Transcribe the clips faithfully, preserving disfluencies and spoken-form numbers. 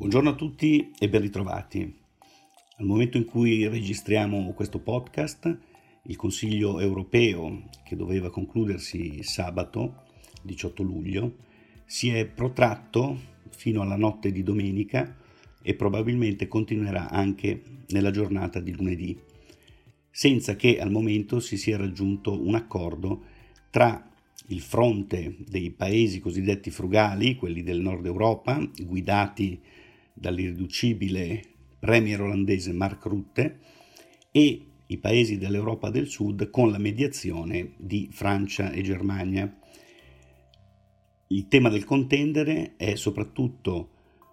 Buongiorno a tutti e ben ritrovati. Al momento in cui registriamo questo podcast, il Consiglio europeo, che doveva concludersi sabato diciotto luglio, si è protratto fino alla notte di domenica e probabilmente continuerà anche nella giornata di lunedì, senza che al momento si sia raggiunto un accordo tra il fronte dei paesi cosiddetti frugali, quelli del nord Europa, guidati dall'irriducibile premier olandese Mark Rutte, e i paesi dell'Europa del Sud con la mediazione di Francia e Germania. Il tema del contendere è soprattutto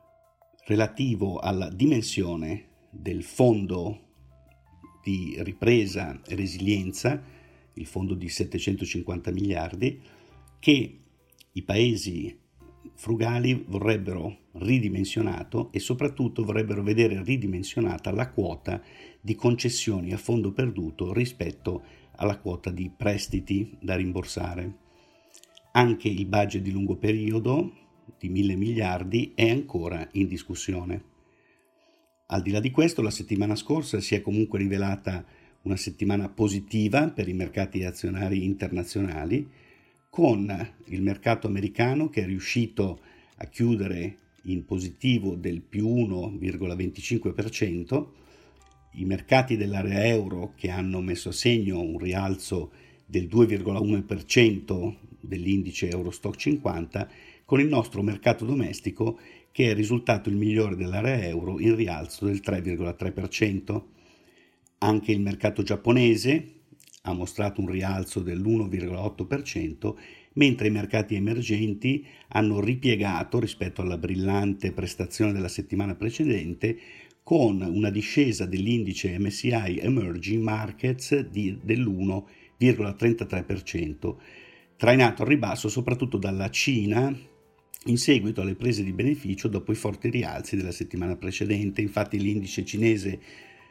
relativo alla dimensione del fondo di ripresa e resilienza, il fondo di settecentocinquanta miliardi, che i paesi frugali vorrebbero ridimensionato e soprattutto vorrebbero vedere ridimensionata la quota di concessioni a fondo perduto rispetto alla quota di prestiti da rimborsare. Anche il budget di lungo periodo di mille miliardi è ancora in discussione. Al di là di questo, la settimana scorsa si è comunque rivelata una settimana positiva per i mercati azionari internazionali, con il mercato americano che è riuscito a chiudere in positivo del più uno virgola venticinque per cento, i mercati dell'area euro che hanno messo a segno un rialzo del due virgola uno per cento dell'indice Eurostock cinquanta, con il nostro mercato domestico che è risultato il migliore dell'area euro in rialzo del tre virgola tre per cento. Anche il mercato giapponese ha mostrato un rialzo dell'uno virgola otto per cento, mentre i mercati emergenti hanno ripiegato rispetto alla brillante prestazione della settimana precedente, con una discesa dell'indice M S C I Emerging Markets di, dell'uno virgola trentatré per cento, trainato al ribasso soprattutto dalla Cina in seguito alle prese di beneficio dopo i forti rialzi della settimana precedente. Infatti l'indice cinese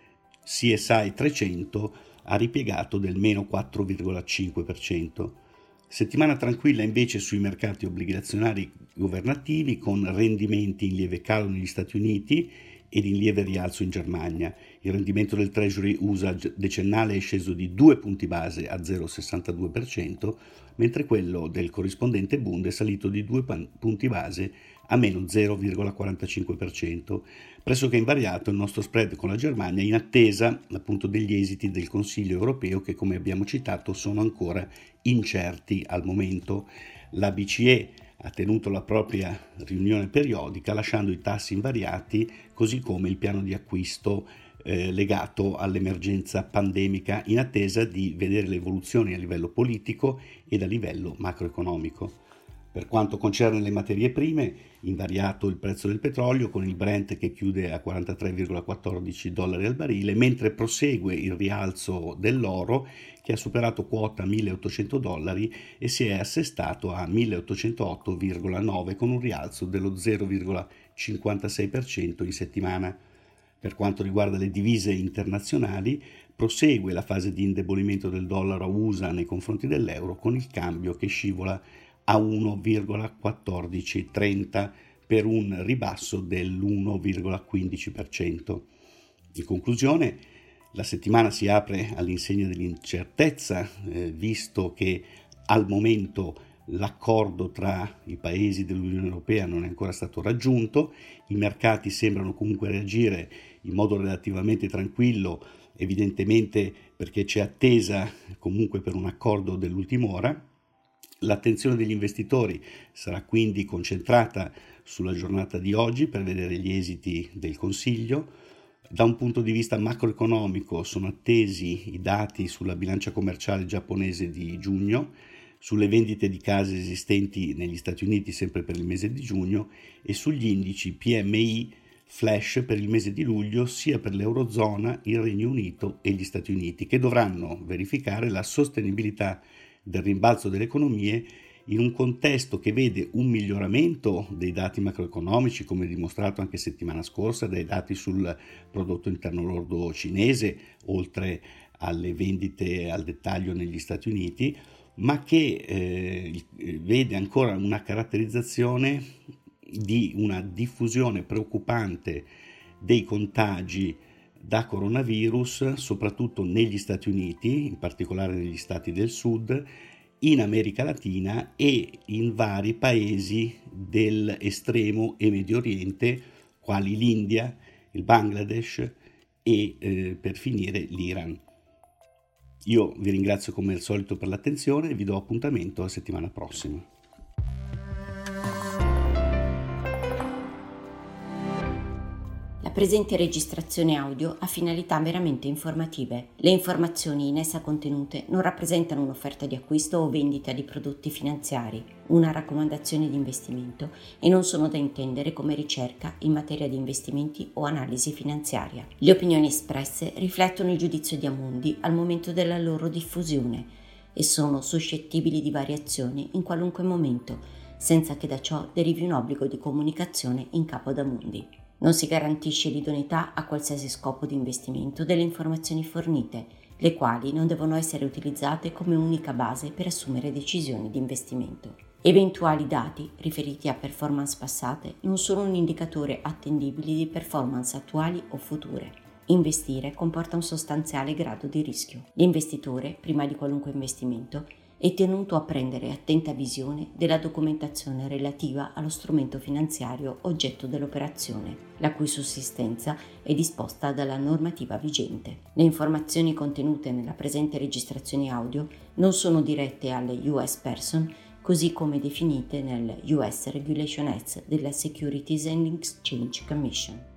C S I trecento ha ripiegato del meno quattro virgola cinque per cento. Settimana tranquilla invece sui mercati obbligazionari governativi, con rendimenti in lieve calo negli Stati Uniti ed in lieve rialzo in Germania. Il rendimento del Treasury U S A decennale è sceso di due punti base a zero virgola sessantadue per cento, mentre quello del corrispondente Bund è salito di due punti base a meno zero virgola quarantacinque per cento. Pressoché invariato il nostro spread con la Germania, in attesa appunto degli esiti del Consiglio europeo che, come abbiamo citato, sono ancora incerti al momento. La B C E ha tenuto la propria riunione periodica lasciando i tassi invariati, così come il piano di acquisto eh, legato all'emergenza pandemica, in attesa di vedere le evoluzioni a livello politico ed a livello macroeconomico. Per quanto concerne le materie prime, invariato il prezzo del petrolio, con il Brent che chiude a quarantatré virgola quattordici dollari al barile, mentre prosegue il rialzo dell'oro che ha superato quota milleottocento dollari e si è assestato a milleottocentootto virgola nove, con un rialzo dello zero virgola cinquantasei per cento in settimana. Per quanto riguarda le divise internazionali, prosegue la fase di indebolimento del dollaro U S A nei confronti dell'euro, con il cambio che scivola a uno virgola quattordici trenta per un ribasso dell'uno virgola quindici per cento. In conclusione, la settimana si apre all'insegna dell'incertezza, eh, visto che al momento l'accordo tra i paesi dell'Unione Europea non è ancora stato raggiunto. I mercati sembrano comunque reagire in modo relativamente tranquillo, evidentemente perché c'è attesa comunque per un accordo dell'ultima ora. L'attenzione degli investitori sarà quindi concentrata sulla giornata di oggi per vedere gli esiti del Consiglio. Da un punto di vista macroeconomico sono attesi i dati sulla bilancia commerciale giapponese di giugno, sulle vendite di case esistenti negli Stati Uniti sempre per il mese di giugno e sugli indici P M I flash per il mese di luglio sia per l'Eurozona, il Regno Unito e gli Stati Uniti, che dovranno verificare la sostenibilità del rimbalzo delle economie in un contesto che vede un miglioramento dei dati macroeconomici, come dimostrato anche settimana scorsa dai dati sul prodotto interno lordo cinese, oltre alle vendite al dettaglio negli Stati Uniti, ma che eh, vede ancora una caratterizzazione di una diffusione preoccupante dei contagi da coronavirus, soprattutto negli Stati Uniti, in particolare negli stati del sud, in America Latina e in vari paesi dell'estremo e Medio Oriente, quali l'India, il Bangladesh e eh, per finire l'Iran. Io vi ringrazio come al solito per l'attenzione e vi do appuntamento la settimana prossima. La presente registrazione audio ha finalità meramente informative. Le informazioni in essa contenute non rappresentano un'offerta di acquisto o vendita di prodotti finanziari, una raccomandazione di investimento e non sono da intendere come ricerca in materia di investimenti o analisi finanziaria. Le opinioni espresse riflettono il giudizio di Amundi al momento della loro diffusione e sono suscettibili di variazioni in qualunque momento, senza che da ciò derivi un obbligo di comunicazione in capo ad Amundi. Non si garantisce l'idoneità a qualsiasi scopo di investimento delle informazioni fornite, le quali non devono essere utilizzate come unica base per assumere decisioni di investimento. Eventuali dati riferiti a performance passate non sono un indicatore attendibile di performance attuali o future. Investire comporta un sostanziale grado di rischio. L'investitore, prima di qualunque investimento, è tenuto a prendere attenta visione della documentazione relativa allo strumento finanziario oggetto dell'operazione, la cui sussistenza è disposta dalla normativa vigente. Le informazioni contenute nella presente registrazione audio non sono dirette alle U S person, così come definite nel U S Regulation Act della Securities and Exchange Commission.